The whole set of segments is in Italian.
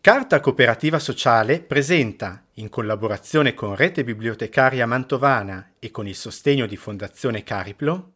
Carta Cooperativa Sociale presenta, in collaborazione con Rete Bibliotecaria Mantovana e con il sostegno di Fondazione Cariplo,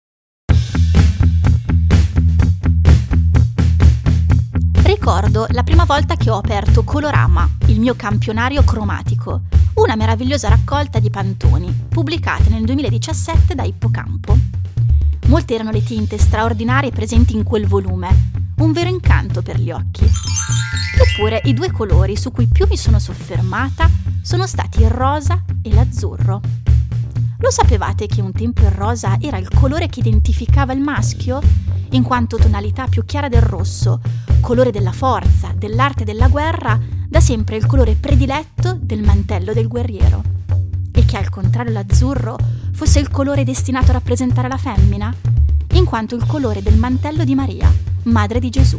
Ricordo la prima volta che ho aperto Colorama, il mio campionario cromatico, una meravigliosa raccolta di pantoni, pubblicate nel 2017 da Ippocampo. Molte erano le tinte straordinarie presenti in quel volume, un vero incanto per gli occhi. Eppure i due colori su cui più mi sono soffermata sono stati il rosa e l'azzurro. Lo sapevate che un tempo il rosa era il colore che identificava il maschio, in quanto tonalità più chiara del rosso, colore della forza, dell'arte e della guerra, da sempre il colore prediletto del mantello del guerriero? E che al contrario l'azzurro fosse il colore destinato a rappresentare la femmina, in quanto il colore del mantello di Maria, madre di Gesù.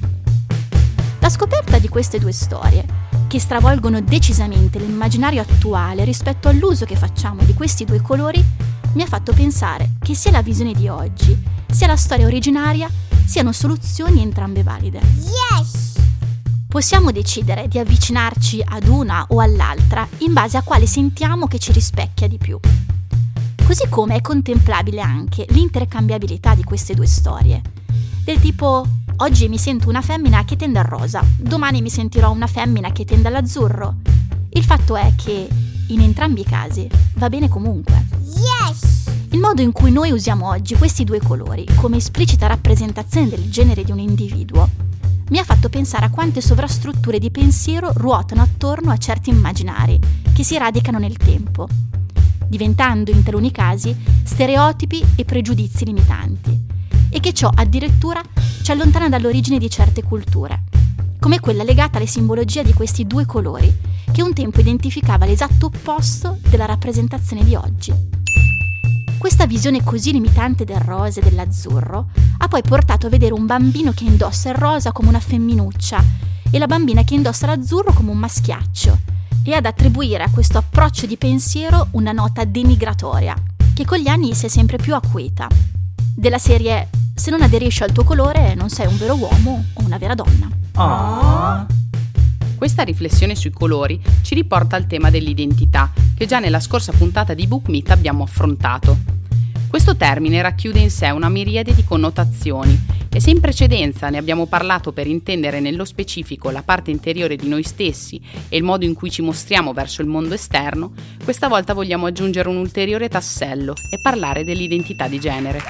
La scoperta di queste due storie, che stravolgono decisamente l'immaginario attuale rispetto all'uso che facciamo di questi due colori, mi ha fatto pensare che sia la visione di oggi, sia la storia originaria, siano soluzioni entrambe valide. Yes! Possiamo decidere di avvicinarci ad una o all'altra in base a quale sentiamo che ci rispecchia di più. Così come è contemplabile anche l'intercambiabilità di queste due storie. Del tipo, oggi mi sento una femmina che tende al rosa, domani mi sentirò una femmina che tende all'azzurro. Il fatto è che, in entrambi i casi, va bene comunque. Yes! Il modo in cui noi usiamo oggi questi due colori come esplicita rappresentazione del genere di un individuo mi ha fatto pensare a quante sovrastrutture di pensiero ruotano attorno a certi immaginari che si radicano nel tempo, diventando in taluni casi stereotipi e pregiudizi limitanti, e che ciò addirittura ci allontana dall'origine di certe culture, come quella legata alle simbologie di questi due colori, che un tempo identificava l'esatto opposto della rappresentazione di oggi. Questa visione così limitante del rosa e dell'azzurro ha poi portato a vedere un bambino che indossa il rosa come una femminuccia e la bambina che indossa l'azzurro come un maschiaccio, e ad attribuire a questo approccio di pensiero una nota denigratoria, che con gli anni si è sempre più acuita. Della serie, se non aderisci al tuo colore non sei un vero uomo o una vera donna. Oh. Questa riflessione sui colori ci riporta al tema dell'identità, che già nella scorsa puntata di Book Meet abbiamo affrontato. Questo termine racchiude in sé una miriade di connotazioni, e se in precedenza ne abbiamo parlato per intendere nello specifico la parte interiore di noi stessi e il modo in cui ci mostriamo verso il mondo esterno, questa volta vogliamo aggiungere un ulteriore tassello e parlare dell'identità di genere.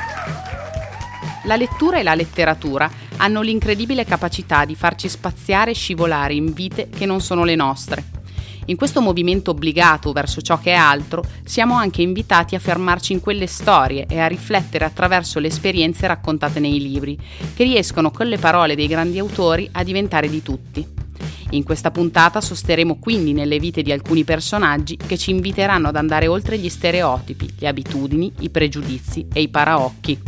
La lettura e la letteratura hanno l'incredibile capacità di farci spaziare e scivolare in vite che non sono le nostre. In questo movimento obbligato verso ciò che è altro, siamo anche invitati a fermarci in quelle storie e a riflettere attraverso le esperienze raccontate nei libri, che riescono con le parole dei grandi autori a diventare di tutti. In questa puntata sosteremo quindi nelle vite di alcuni personaggi che ci inviteranno ad andare oltre gli stereotipi, le abitudini, i pregiudizi e i paraocchi.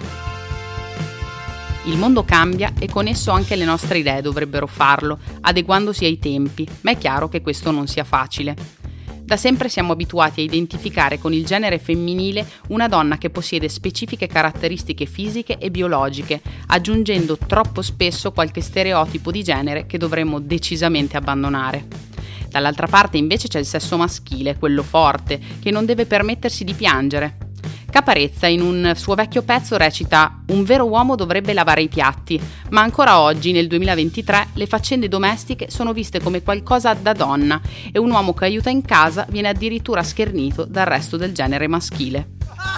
Il mondo cambia e con esso anche le nostre idee dovrebbero farlo, adeguandosi ai tempi, ma è chiaro che questo non sia facile. Da sempre siamo abituati a identificare con il genere femminile una donna che possiede specifiche caratteristiche fisiche e biologiche, aggiungendo troppo spesso qualche stereotipo di genere che dovremmo decisamente abbandonare. Dall'altra parte invece c'è il sesso maschile, quello forte, che non deve permettersi di piangere. Caparezza in un suo vecchio pezzo recita: un vero uomo dovrebbe lavare i piatti, ma ancora oggi, nel 2023, le faccende domestiche sono viste come qualcosa da donna e un uomo che aiuta in casa viene addirittura schernito dal resto del genere maschile.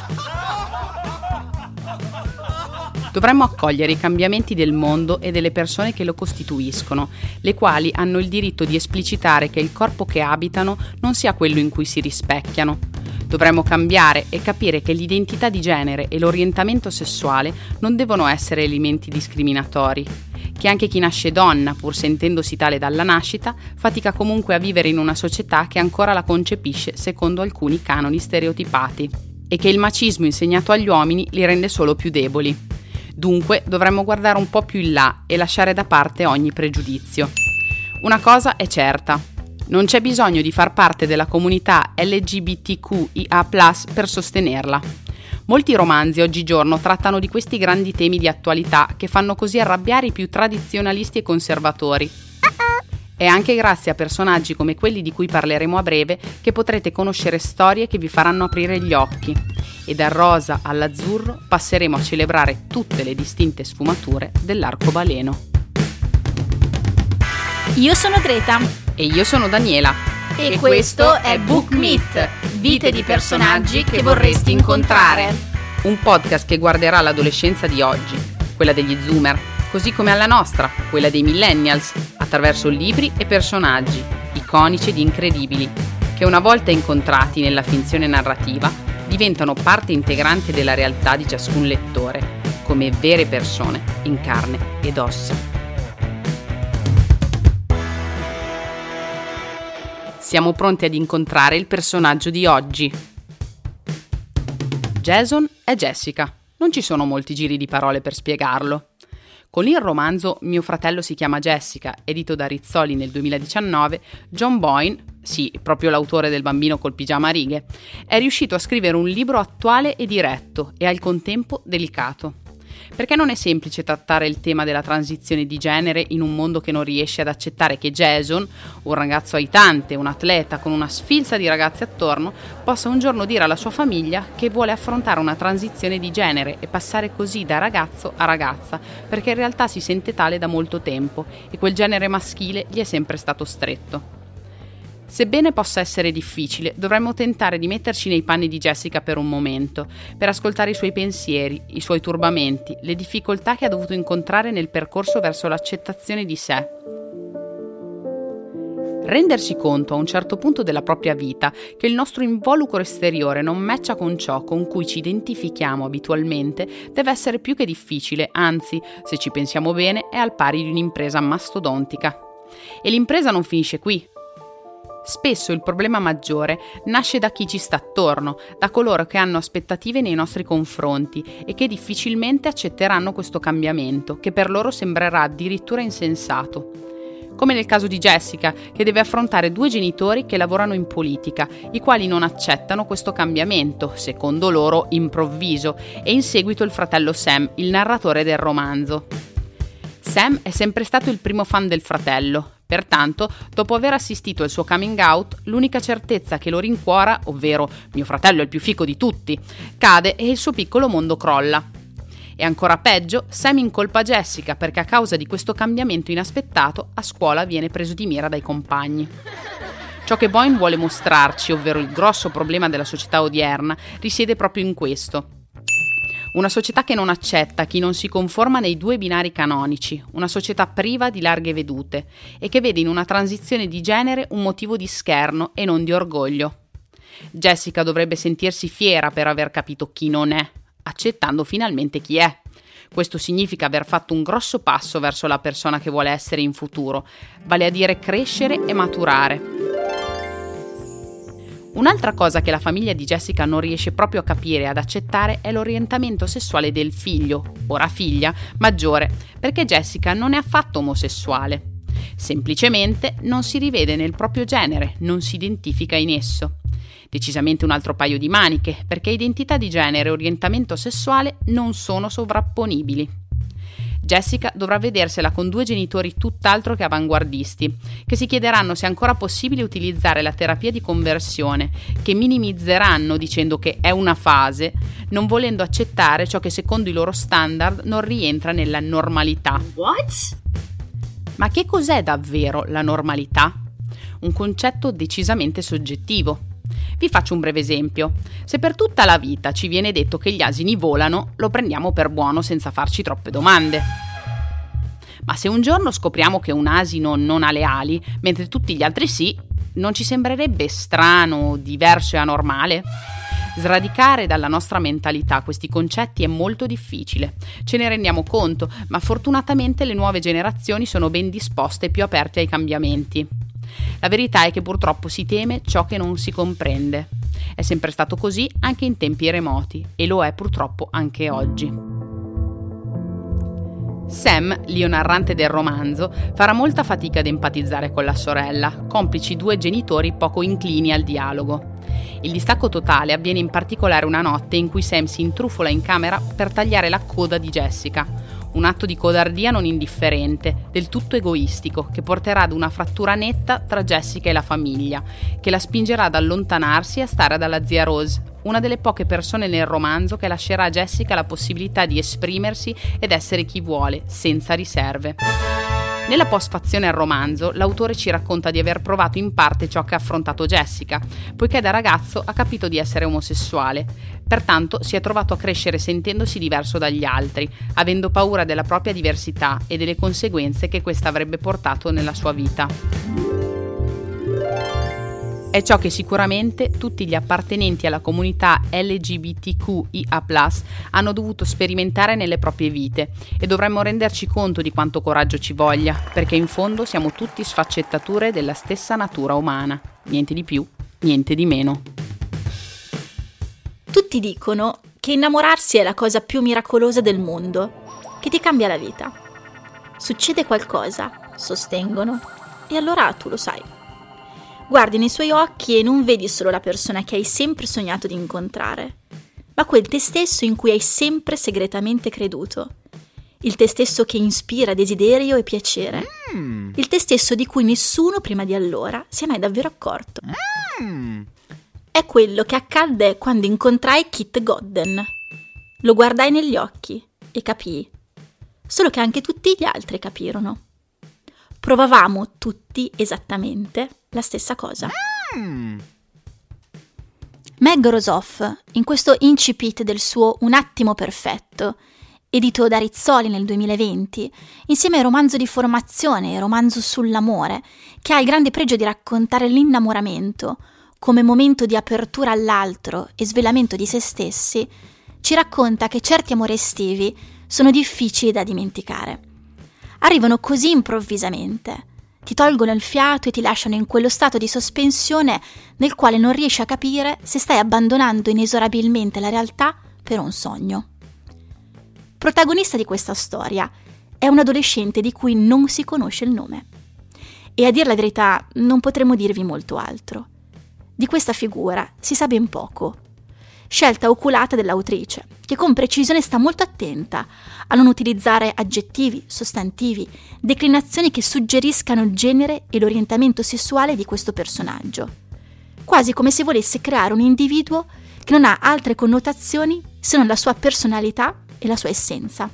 Dovremmo accogliere i cambiamenti del mondo e delle persone che lo costituiscono, le quali hanno il diritto di esplicitare che il corpo che abitano non sia quello in cui si rispecchiano. Dovremmo cambiare e capire che l'identità di genere e l'orientamento sessuale non devono essere elementi discriminatori, che anche chi nasce donna, pur sentendosi tale dalla nascita, fatica comunque a vivere in una società che ancora la concepisce secondo alcuni canoni stereotipati, e che il macismo insegnato agli uomini li rende solo più deboli. Dunque dovremmo guardare un po' più in là e lasciare da parte ogni pregiudizio. Una cosa è certa: non c'è bisogno di far parte della comunità LGBTQIA+ per sostenerla. Molti romanzi oggigiorno trattano di questi grandi temi di attualità che fanno così arrabbiare i più tradizionalisti e conservatori. È anche grazie a personaggi come quelli di cui parleremo a breve che potrete conoscere storie che vi faranno aprire gli occhi. E dal rosa all'azzurro passeremo a celebrare tutte le distinte sfumature dell'arcobaleno. Io sono Greta. E io sono Daniela. E questo è Book Meet, vite di personaggi che vorresti incontrare. Un podcast che guarderà l'adolescenza di oggi, quella degli zoomer, così come alla nostra, quella dei millennials, attraverso libri e personaggi, iconici ed incredibili, che una volta incontrati nella finzione narrativa, diventano parte integrante della realtà di ciascun lettore, come vere persone in carne ed ossa. Siamo pronti ad incontrare il personaggio di oggi. Jason è Jessica. Non ci sono molti giri di parole per spiegarlo. Con il romanzo Mio fratello si chiama Jessica, edito da Rizzoli nel 2019, John Boyne, sì, proprio l'autore del Bambino col pigiama a righe, è riuscito a scrivere un libro attuale e diretto e al contempo delicato. Perché non è semplice trattare il tema della transizione di genere in un mondo che non riesce ad accettare che Jason, un ragazzo aitante, un atleta con una sfilza di ragazzi attorno, possa un giorno dire alla sua famiglia che vuole affrontare una transizione di genere e passare così da ragazzo a ragazza, perché in realtà si sente tale da molto tempo e quel genere maschile gli è sempre stato stretto. Sebbene possa essere difficile, dovremmo tentare di metterci nei panni di Jessica per un momento, per ascoltare i suoi pensieri, i suoi turbamenti, le difficoltà che ha dovuto incontrare nel percorso verso l'accettazione di sé. Rendersi conto a un certo punto della propria vita che il nostro involucro esteriore non matcha con ciò con cui ci identifichiamo abitualmente deve essere più che difficile, anzi, se ci pensiamo bene, è al pari di un'impresa mastodontica. E l'impresa non finisce qui. Spesso il problema maggiore nasce da chi ci sta attorno, da coloro che hanno aspettative nei nostri confronti e che difficilmente accetteranno questo cambiamento, che per loro sembrerà addirittura insensato. Come nel caso di Jessica, che deve affrontare 2 genitori che lavorano in politica, i quali non accettano questo cambiamento, secondo loro improvviso, e in seguito il fratello Sam, il narratore del romanzo. Sam è sempre stato il primo fan del fratello. Pertanto, dopo aver assistito al suo coming out, l'unica certezza che lo rincuora, ovvero mio fratello è il più fico di tutti, cade e il suo piccolo mondo crolla. E ancora peggio, Sam incolpa Jessica perché a causa di questo cambiamento inaspettato a scuola viene preso di mira dai compagni. Ciò che Boyne vuole mostrarci, ovvero il grosso problema della società odierna, risiede proprio in questo. Una società che non accetta chi non si conforma nei 2 binari canonici, una società priva di larghe vedute e che vede in una transizione di genere un motivo di scherno e non di orgoglio. Jessica dovrebbe sentirsi fiera per aver capito chi non è, accettando finalmente chi è. Questo significa aver fatto un grosso passo verso la persona che vuole essere in futuro, vale a dire crescere e maturare. Un'altra cosa che la famiglia di Jessica non riesce proprio a capire e ad accettare è l'orientamento sessuale del figlio, ora figlia, maggiore, perché Jessica non è affatto omosessuale. Semplicemente non si rivede nel proprio genere, non si identifica in esso. Decisamente un altro paio di maniche, perché identità di genere e orientamento sessuale non sono sovrapponibili. Jessica dovrà vedersela con 2 genitori tutt'altro che avanguardisti, che si chiederanno se è ancora possibile utilizzare la terapia di conversione, che minimizzeranno dicendo che è una fase, non volendo accettare ciò che secondo i loro standard non rientra nella normalità. What? Ma che cos'è davvero la normalità? Un concetto decisamente soggettivo. Vi faccio un breve esempio. Se per tutta la vita ci viene detto che gli asini volano, lo prendiamo per buono senza farci troppe domande. Ma se un giorno scopriamo che un asino non ha le ali, mentre tutti gli altri sì, non ci sembrerebbe strano, diverso e anormale? Sradicare dalla nostra mentalità questi concetti è molto difficile. Ce ne rendiamo conto, ma fortunatamente le nuove generazioni sono ben disposte e più aperte ai cambiamenti. La verità è che purtroppo si teme ciò che non si comprende. È sempre stato così anche in tempi remoti e lo è purtroppo anche oggi. Sam, l'io narrante del romanzo, farà molta fatica ad empatizzare con la sorella, complici 2 genitori poco inclini al dialogo. Il distacco totale avviene in particolare una notte in cui Sam si intrufola in camera per tagliare la coda di Jessica, un atto di codardia non indifferente, del tutto egoistico, che porterà ad una frattura netta tra Jessica e la famiglia, che la spingerà ad allontanarsi e a stare dalla zia Rose, una delle poche persone nel romanzo che lascerà a Jessica la possibilità di esprimersi ed essere chi vuole, senza riserve. Nella postfazione al romanzo, l'autore ci racconta di aver provato in parte ciò che ha affrontato Jessica, poiché da ragazzo ha capito di essere omosessuale. Pertanto si è trovato a crescere sentendosi diverso dagli altri, avendo paura della propria diversità e delle conseguenze che questa avrebbe portato nella sua vita. È ciò che sicuramente tutti gli appartenenti alla comunità LGBTQIA+, hanno dovuto sperimentare nelle proprie vite e dovremmo renderci conto di quanto coraggio ci voglia, perché in fondo siamo tutti sfaccettature della stessa natura umana, niente di più, niente di meno. Tutti dicono che innamorarsi è la cosa più miracolosa del mondo, che ti cambia la vita. Succede qualcosa, sostengono, e allora tu lo sai. Guardi nei suoi occhi e non vedi solo la persona che hai sempre sognato di incontrare, ma quel te stesso in cui hai sempre segretamente creduto. Il te stesso che ispira desiderio e piacere. Il te stesso di cui nessuno prima di allora si è mai davvero accorto. È quello che accadde quando incontrai Kit Godden. Lo guardai negli occhi e capii. Solo che anche tutti gli altri capirono. Provavamo tutti esattamente la stessa cosa. Meg Rosoff, in questo incipit del suo Un attimo perfetto, edito da Rizzoli nel 2020, insieme al romanzo di formazione e romanzo sull'amore, che ha il grande pregio di raccontare l'innamoramento come momento di apertura all'altro e svelamento di se stessi, ci racconta che certi amori estivi sono difficili da dimenticare. Arrivano così improvvisamente, ti tolgono il fiato e ti lasciano in quello stato di sospensione nel quale non riesci a capire se stai abbandonando inesorabilmente la realtà per un sogno. Protagonista di questa storia è un adolescente di cui non si conosce il nome. E a dir la verità non potremo dirvi molto altro. Di questa figura si sa ben poco. Scelta oculata dell'autrice, che con precisione sta molto attenta a non utilizzare aggettivi, sostantivi, declinazioni che suggeriscano il genere e l'orientamento sessuale di questo personaggio, quasi come se volesse creare un individuo che non ha altre connotazioni se non la sua personalità e la sua essenza.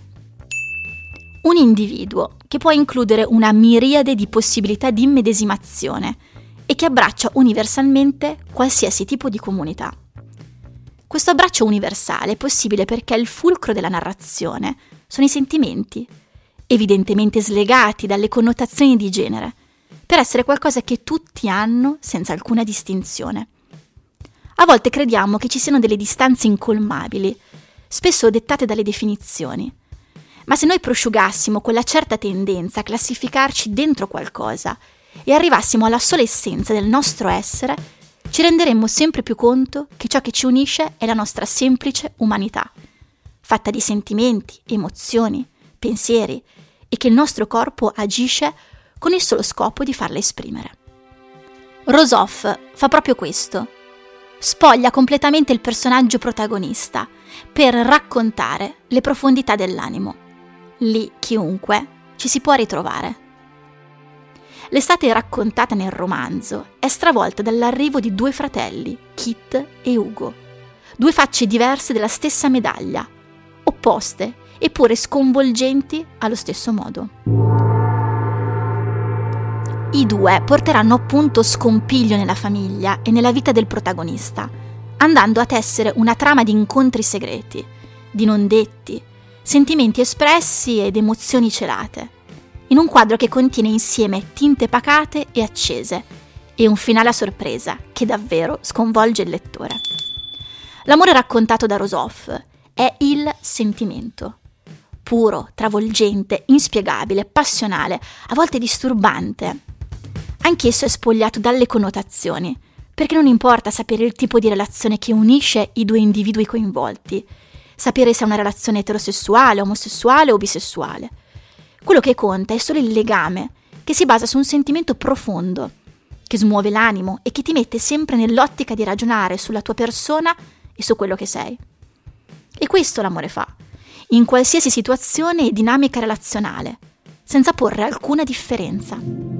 Un individuo che può includere una miriade di possibilità di immedesimazione e che abbraccia universalmente qualsiasi tipo di comunità. Questo abbraccio universale è possibile perché il fulcro della narrazione sono i sentimenti, evidentemente slegati dalle connotazioni di genere, per essere qualcosa che tutti hanno senza alcuna distinzione. A volte crediamo che ci siano delle distanze incolmabili, spesso dettate dalle definizioni, ma se noi prosciugassimo quella certa tendenza a classificarci dentro qualcosa e arrivassimo alla sola essenza del nostro essere, ci renderemmo sempre più conto che ciò che ci unisce è la nostra semplice umanità, fatta di sentimenti, emozioni, pensieri, e che il nostro corpo agisce con il solo scopo di farla esprimere. Rosoff fa proprio questo. Spoglia completamente il personaggio protagonista per raccontare le profondità dell'animo. Lì chiunque ci si può ritrovare. L'estate raccontata nel romanzo è stravolta dall'arrivo di due fratelli, Kit e Ugo, due facce diverse della stessa medaglia, opposte eppure sconvolgenti allo stesso modo. I due porteranno appunto scompiglio nella famiglia e nella vita del protagonista, andando a tessere una trama di incontri segreti, di non detti, sentimenti espressi ed emozioni celate, in un quadro che contiene insieme tinte pacate e accese e un finale a sorpresa che davvero sconvolge il lettore. L'amore raccontato da Rosoff è il sentimento, puro, travolgente, inspiegabile, passionale, a volte disturbante. Anch'esso è spogliato dalle connotazioni, perché non importa sapere il tipo di relazione che unisce i due individui coinvolti, sapere se è una relazione eterosessuale, omosessuale o bisessuale. Quello che conta è solo il legame, che si basa su un sentimento profondo, che smuove l'animo e che ti mette sempre nell'ottica di ragionare sulla tua persona e su quello che sei. E questo l'amore fa. in qualsiasi situazione e dinamica relazionale, senza porre alcuna differenza.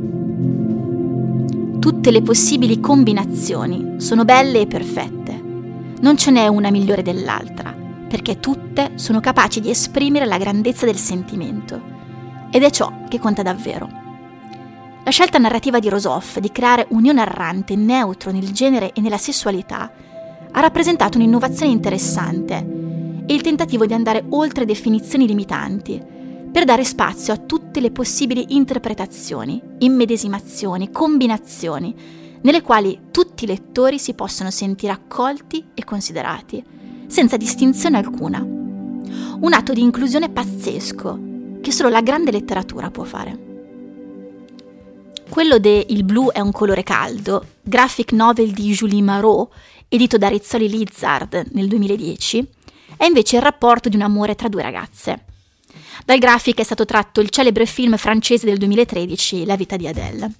Tutte le possibili combinazioni sono belle e perfette. Non ce n'è una migliore dell'altra, perché tutte sono capaci di esprimere la grandezza del sentimento. Ed è ciò che conta davvero. La scelta narrativa di Rosoff di creare un io narrante neutro nel genere e nella sessualità ha rappresentato un'innovazione interessante e il tentativo di andare oltre definizioni limitanti per dare spazio a tutte le possibili interpretazioni, immedesimazioni, combinazioni, nelle quali tutti i lettori si possono sentire accolti e considerati, senza distinzione alcuna. Un atto di inclusione pazzesco, che solo la grande letteratura può fare. Quello de Il blu è un colore caldo, graphic novel di Julie Marot, edito da Rizzoli Lizard nel 2010, è invece il rapporto di un amore tra due ragazze. Dal graphic è stato tratto il celebre film francese del 2013, La vita di Adèle.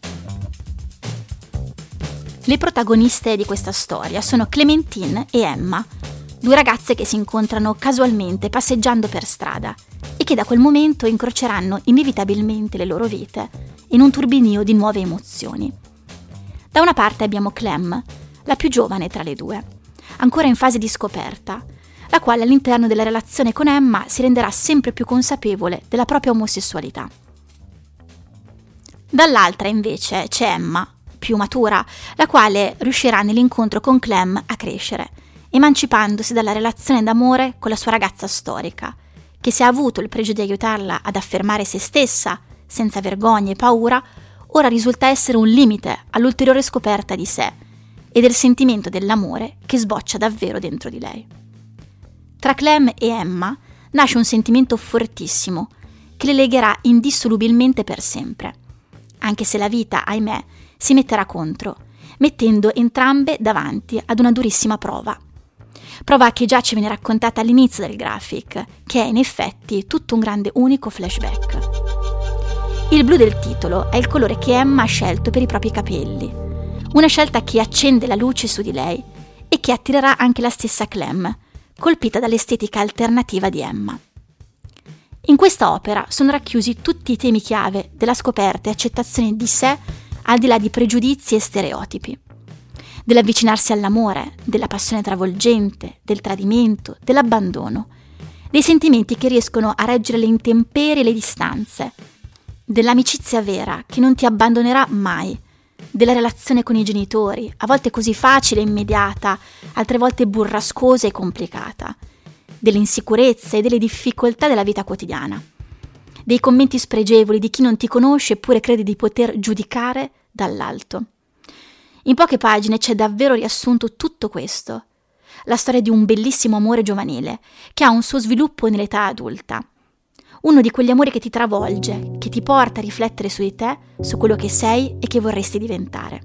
Le protagoniste di questa storia sono Clémentine e Emma, due ragazze che si incontrano casualmente passeggiando per strada e che da quel momento incroceranno inevitabilmente le loro vite in un turbinio di nuove emozioni. Da una parte abbiamo Clem, la più giovane tra le due, ancora in fase di scoperta, la quale all'interno della relazione con Emma si renderà sempre più consapevole della propria omosessualità. Dall'altra invece c'è Emma, più matura, la quale riuscirà nell'incontro con Clem a crescere, emancipandosi dalla relazione d'amore con la sua ragazza storica, che se ha avuto il pregio di aiutarla ad affermare se stessa, senza vergogna e paura, ora risulta essere un limite all'ulteriore scoperta di sé e del sentimento dell'amore che sboccia davvero dentro di lei. Tra Clem e Emma nasce un sentimento fortissimo che le legherà indissolubilmente per sempre, anche se la vita, ahimè, si metterà contro, mettendo entrambe davanti ad una durissima prova che già ci viene raccontata all'inizio del graphic, che è in effetti tutto un grande unico flashback. Il blu del titolo è il colore che Emma ha scelto per i propri capelli, una scelta che accende la luce su di lei e che attirerà anche la stessa Clem, colpita dall'estetica alternativa di Emma. In questa opera sono racchiusi tutti i temi chiave della scoperta e accettazione di sé al di là di pregiudizi e stereotipi, dell'avvicinarsi all'amore, della passione travolgente, del tradimento, dell'abbandono, dei sentimenti che riescono a reggere le intemperie e le distanze, dell'amicizia vera che non ti abbandonerà mai, della relazione con i genitori, a volte così facile e immediata, altre volte burrascosa e complicata, delle insicurezze e delle difficoltà della vita quotidiana, dei commenti spregevoli di chi non ti conosce eppure crede di poter giudicare dall'alto. In poche pagine c'è davvero riassunto tutto questo, la storia di un bellissimo amore giovanile che ha un suo sviluppo nell'età adulta, uno di quegli amori che ti travolge, che ti porta a riflettere su di te, su quello che sei e che vorresti diventare.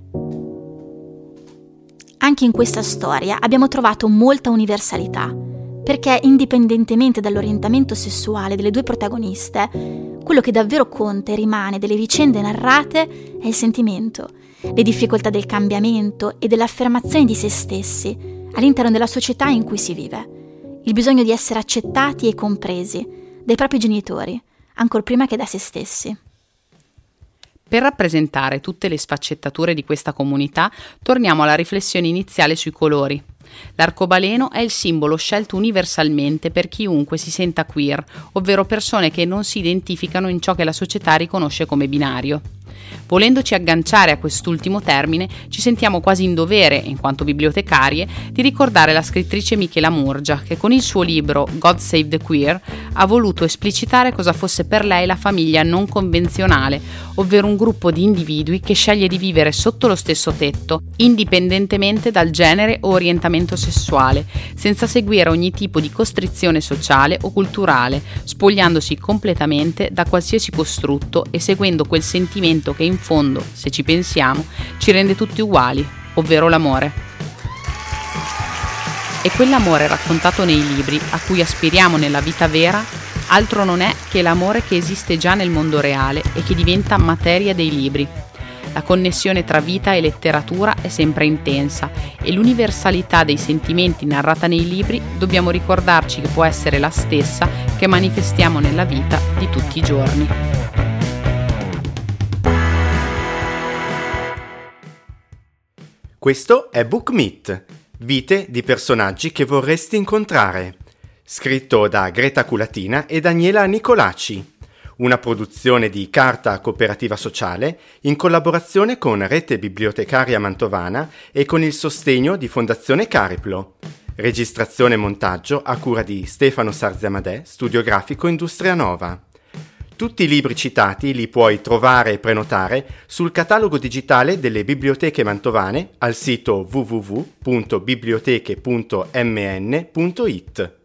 Anche in questa storia abbiamo trovato molta universalità, perché indipendentemente dall'orientamento sessuale delle due protagoniste, quello che davvero conta e rimane delle vicende narrate è il sentimento, le difficoltà del cambiamento e dell'affermazione di se stessi all'interno della società in cui si vive, il bisogno di essere accettati e compresi dai propri genitori, ancor prima che da se stessi. Per rappresentare tutte le sfaccettature di questa comunità, torniamo alla riflessione iniziale sui colori. L'arcobaleno è il simbolo scelto universalmente per chiunque si senta queer, ovvero persone che non si identificano in ciò che la società riconosce come binario. Volendoci agganciare a quest'ultimo termine, ci sentiamo quasi in dovere, in quanto bibliotecarie, di ricordare la scrittrice Michela Murgia, che con il suo libro God Save the Queer ha voluto esplicitare cosa fosse per lei la famiglia non convenzionale, ovvero un gruppo di individui che sceglie di vivere sotto lo stesso tetto, indipendentemente dal genere o orientamento sessuale, senza seguire ogni tipo di costrizione sociale o culturale, spogliandosi completamente da qualsiasi costrutto e seguendo quel sentimento che in fondo, se ci pensiamo, ci rende tutti uguali, ovvero l'amore. E quell'amore raccontato nei libri, a cui aspiriamo nella vita vera, altro non è che l'amore che esiste già nel mondo reale e che diventa materia dei libri. La connessione tra vita e letteratura è sempre intensa e l'universalità dei sentimenti narrata nei libri dobbiamo ricordarci che può essere la stessa che che manifestiamo nella vita di tutti i giorni. Questo è Book Meet, vite di personaggi che vorresti incontrare, scritto da Greta Culatina e Daniela Nicolacci, una produzione di Carta Cooperativa Sociale in collaborazione con Rete Bibliotecaria Mantovana e con il sostegno di Fondazione Cariplo. Registrazione e montaggio a cura di Stefano Sarziamadè, Studio Grafico Industria Nova. Tutti i libri citati li puoi trovare e prenotare sul catalogo digitale delle biblioteche mantovane al sito www.biblioteche.mn.it.